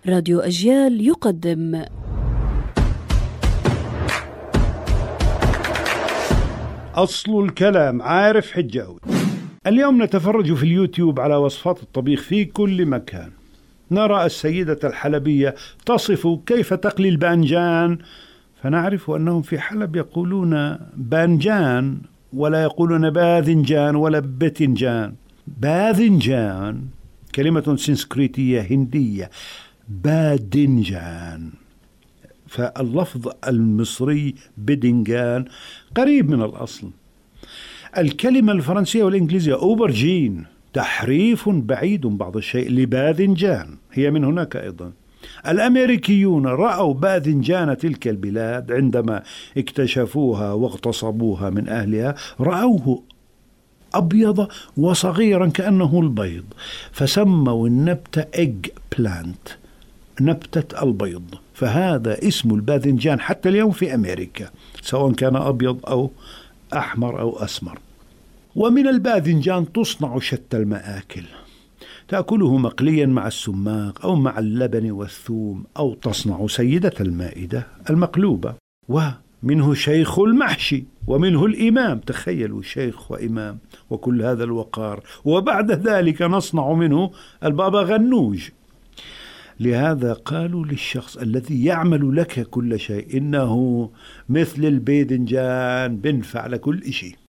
راديو أجيال يقدم أصل الكلام عارف حجاوي. اليوم نتفرج في اليوتيوب على وصفات الطبيخ في كل مكان. نرى السيدة الحلبية تصف كيف تقلي الباذنجان، فنعرف أنهم في حلب يقولون باذنجان ولا يقولون باذنجان ولا بتنجان. باذنجان كلمة سنسكريتية هندية، باذنجان، فاللفظ المصري بدنجان قريب من الأصل. الكلمة الفرنسية والإنجليزية أوبرجين تحريف بعيد بعض الشيء لباذنجان، هي من هناك أيضا. الأمريكيون رأوا باذنجان تلك البلاد عندما اكتشفوها واغتصبوها من أهلها، رأوه أبيض وصغيرا كأنه البيض، فسموا النبتة إيج بلانت، نبتة البيض. فهذا اسم الباذنجان حتى اليوم في أمريكا، سواء كان أبيض أو أحمر أو أسمر. ومن الباذنجان تصنع شتى المآكل، تأكله مقليا مع السماق أو مع اللبن والثوم، أو تصنع سيدة المائدة المقلوبة. ومنه شيخ المحشي، ومنه الإمام، تخيلوا شيخ وإمام وكل هذا الوقار. وبعد ذلك نصنع منه البابا غنوج. لهذا قالوا للشخص الذي يعمل لك كل شيء إنه مثل الباذنجان، بنفع لكل شيء.